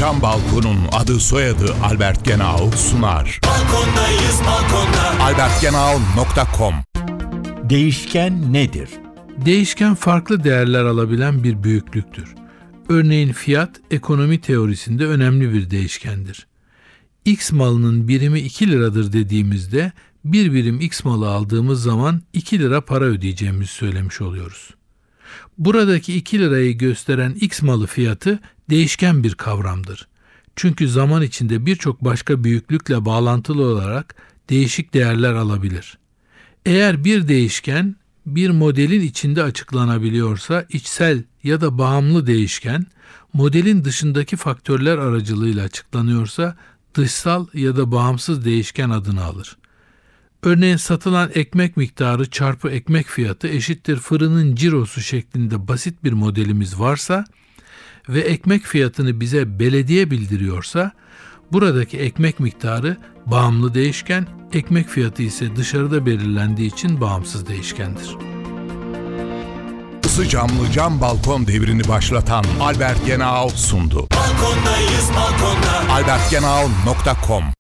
Cam Balkon'un adı soyadı Albert Genau sunar. Balkondayız balkonda. albertgenau.com. Değişken nedir? Değişken farklı değerler alabilen bir büyüklüktür. Örneğin fiyat, ekonomi teorisinde önemli bir değişkendir. X malının birimi 2 liradır dediğimizde bir birim X malı aldığımız zaman 2 lira para ödeyeceğimizi söylemiş oluyoruz. Buradaki 2 lirayı gösteren X malı fiyatı değişken bir kavramdır. Çünkü zaman içinde birçok başka büyüklükle bağlantılı olarak değişik değerler alabilir. Eğer bir değişken bir modelin içinde açıklanabiliyorsa içsel ya da bağımlı değişken, modelin dışındaki faktörler aracılığıyla açıklanıyorsa dışsal ya da bağımsız değişken adını alır. Örneğin satılan ekmek miktarı çarpı ekmek fiyatı eşittir fırının cirosu şeklinde basit bir modelimiz varsa ve ekmek fiyatını bize belediye bildiriyorsa, buradaki ekmek miktarı bağımlı değişken, ekmek fiyatı ise dışarıda belirlendiği için bağımsız değişkendir. Isı camlı cam balkon devrini başlatan Albert Genau sundu. Balkondayız balkonda. albertgenau.com